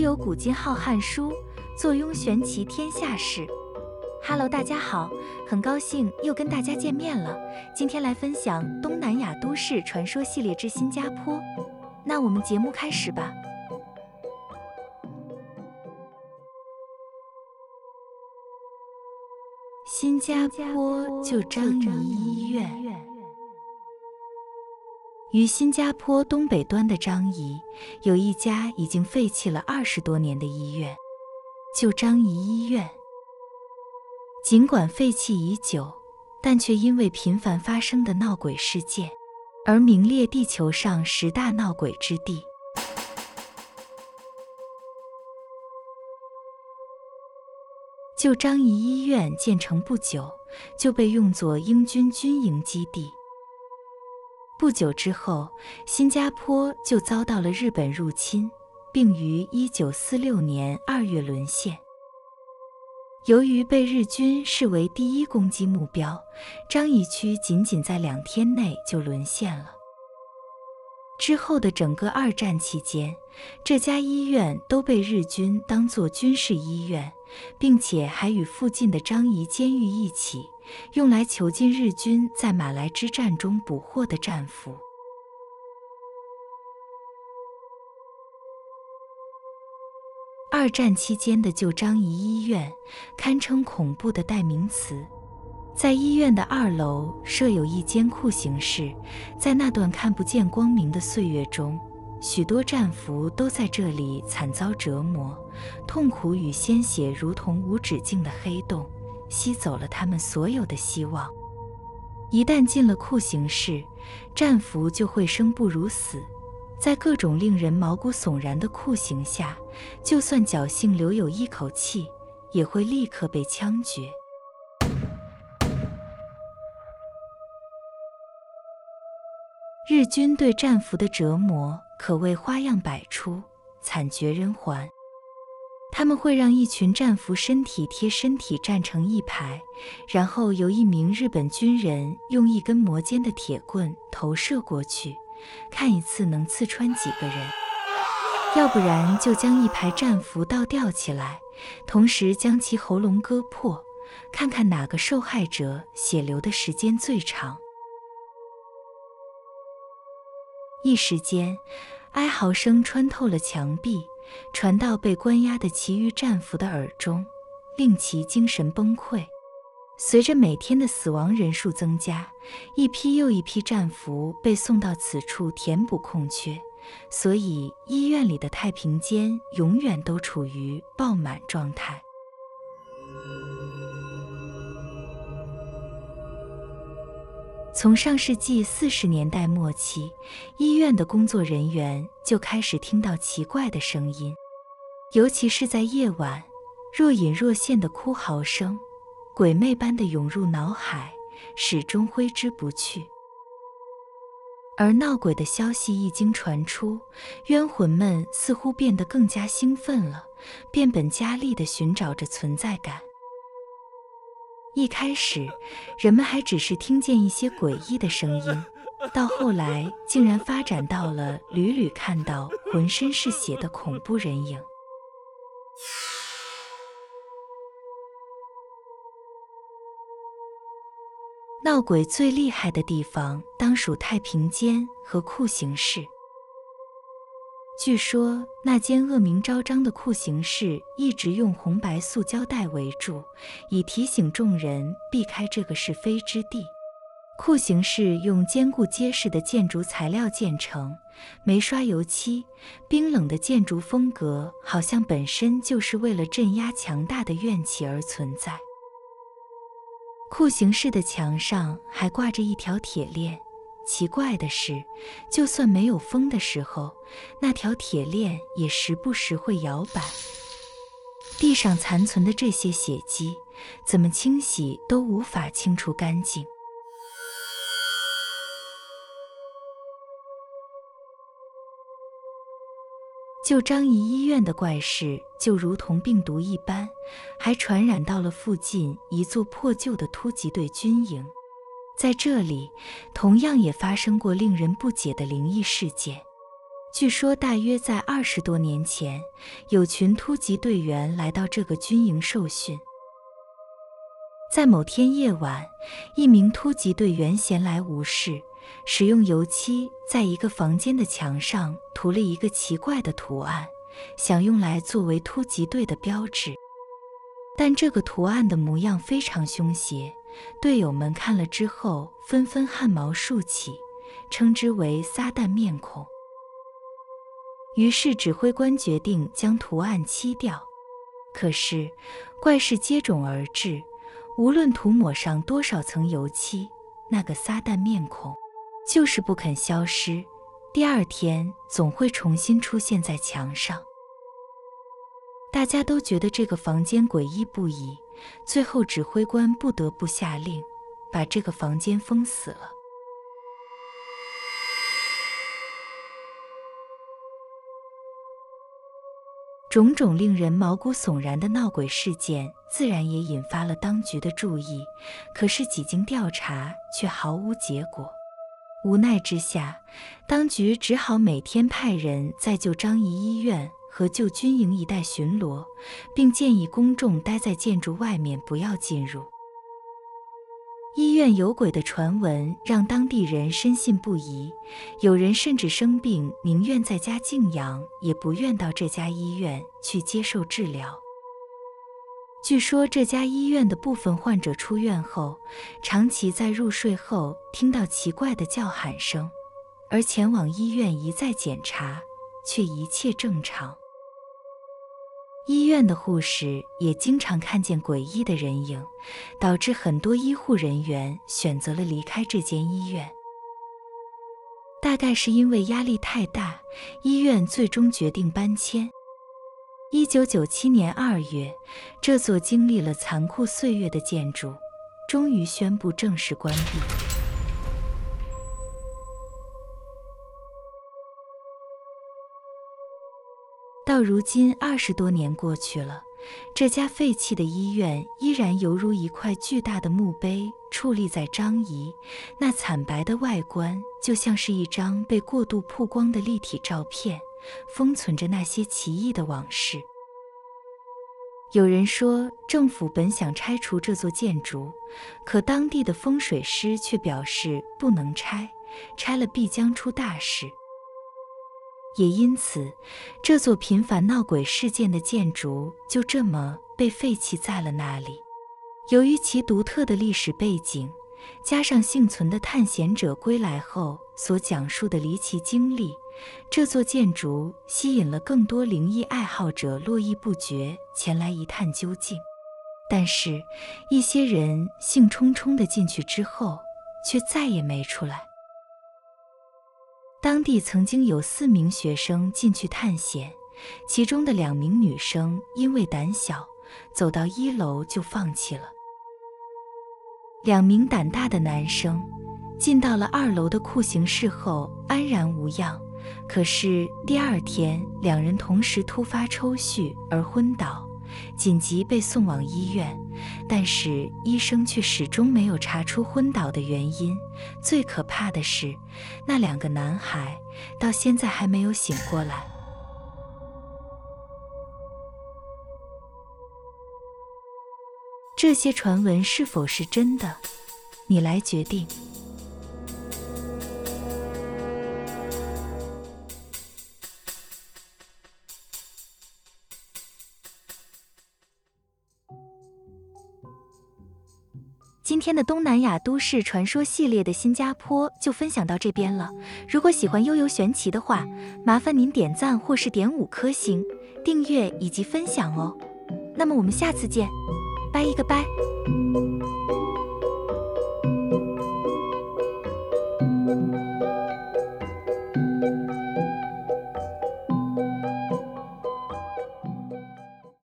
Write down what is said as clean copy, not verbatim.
有古今浩瀚书，坐拥玄奇天下事。Hello， 大家好，很高兴又跟大家见面了。今天来分享东南亚都市传说系列之新加坡。那我们节目开始吧。新加坡旧樟宜医院。于新加坡东北端的樟宜，有一家已经废弃了20多年的医院——旧樟宜医院。尽管废弃已久，但却因为频繁发生的闹鬼事件，而名列地球上10大闹鬼之地。旧樟宜医院建成不久，就被用作英军军营基地。不久之后，新加坡就遭到了日本入侵，并于1946年2月沦陷。由于被日军视为第一攻击目标，樟宜区仅在2天内就沦陷了。之后的整个2战期间，这家医院都被日军当作军事医院，并且还与附近的樟宜监狱一起，用来囚禁日军在马来之战中捕获的战俘。2战期间的旧樟宜医院堪称恐怖的代名词。在医院的2楼设有一间酷刑室，在那段看不见光明的岁月中，许多战俘都在这里惨遭折磨，痛苦与鲜血如同无止境的黑洞，吸走了他们所有的希望。一旦进了酷刑室，战俘就会生不如死，在各种令人毛骨悚然的酷刑下，就算侥幸留有一口气，也会立刻被枪决。日军对战俘的折磨可谓花样百出，惨绝人寰。他们会让一群战俘身体贴身体站成一排，然后由一名日本军人用一根磨尖的铁棍投射过去，看一次能刺穿几个人。要不然就将一排战俘倒吊起来，同时将其喉咙割破，看看哪个受害者血流的时间最长。一时间，哀嚎声穿透了墙壁，传到被关押的其余战俘的耳中，令其精神崩溃。随着每天的死亡人数增加，一批又一批战俘被送到此处填补空缺，所以医院里的太平间永远都处于爆满状态。从上世纪40年代末期，医院的工作人员就开始听到奇怪的声音，尤其是在夜晚，若隐若现的哭嚎声，鬼魅般的涌入脑海，始终挥之不去。而闹鬼的消息一经传出，冤魂们似乎变得更加兴奋了，变本加厉地寻找着存在感。一开始，人们还只是听见一些诡异的声音，到后来竟然发展到了屡屡看到浑身是血的恐怖人影。闹鬼最厉害的地方当属太平间和酷刑室。据说那间恶名昭彰的酷刑室一直用红白塑胶袋围住，以提醒众人避开这个是非之地。酷刑室用坚固结实的建筑材料建成，没刷油漆，冰冷的建筑风格好像本身就是为了镇压强大的怨气而存在。酷刑室的墙上还挂着一条铁链，奇怪的是，就算没有风的时候，那条铁链也时不时会摇摆。地上残存的这些血迹，怎么清洗都无法清除干净。旧樟宜医院的怪事就如同病毒一般，还传染到了附近一座破旧的突击队军营。在这里，同样也发生过令人不解的灵异事件。 据说大约在20多年前，有群突击队员来到这个军营受训。在某天夜晚，一名突击队员闲来无事，使用油漆在一个房间的墙上涂了一个奇怪的图案，想用来作为突击队的标志。但这个图案的模样非常凶邪，队友们看了之后纷纷汗毛竖起，称之为撒旦面孔。于是指挥官决定将图案漆掉。可是怪事接踵而至，无论涂抹上多少层油漆，那个撒旦面孔就是不肯消失，第二天总会重新出现在墙上。大家都觉得这个房间诡异不已，最后指挥官不得不下令把这个房间封死了。种种令人毛骨悚然的闹鬼事件自然也引发了当局的注意，可是几经调查却毫无结果。无奈之下，当局只好每天派人在旧张仪医院和旧军营一带巡逻，并建议公众待在建筑外面不要进入。医院有鬼的传闻让当地人深信不疑，有人甚至生病宁愿在家静养，也不愿到这家医院去接受治疗。据说这家医院的部分患者出院后，长期在入睡后听到奇怪的叫喊声，而前往医院一再检查，却一切正常。医院的护士也经常看见诡异的人影，导致很多医护人员选择了离开这间医院。大概是因为压力太大，医院最终决定搬迁。1997年2月，这座经历了残酷岁月的建筑终于宣布正式关闭。到如今20多年过去了，这家废弃的医院依然犹如一块巨大的墓碑矗立在张仪，那惨白的外观就像是一张被过度曝光的立体照片，封存着那些奇异的往事。有人说政府本想拆除这座建筑，可当地的风水师却表示不能拆，拆了必将出大事。也因此，这座频繁闹鬼事件的建筑就这么被废弃在了那里。由于其独特的历史背景，加上幸存的探险者归来后所讲述的离奇经历，这座建筑吸引了更多灵异爱好者络绎不绝前来一探究竟。但是，一些人兴冲冲地进去之后，却再也没出来。当地曾经有4名学生进去探险，其中的2名女生因为胆小，走到1楼就放弃了。2名胆大的男生进到了2楼的酷刑室后安然无恙，可是第2天2人同时突发抽搐而昏倒，紧急被送往医院，但是医生却始终没有查出昏倒的原因。最可怕的是，那2个男孩到现在还没有醒过来。这些传闻是否是真的？你来决定。今天的东南亚都市传说系列的新加坡就分享到这边了。如果喜欢悠悠玄奇的话，麻烦您点赞或是点5颗星、订阅以及分享哦。那么我们下次见，拜一个拜。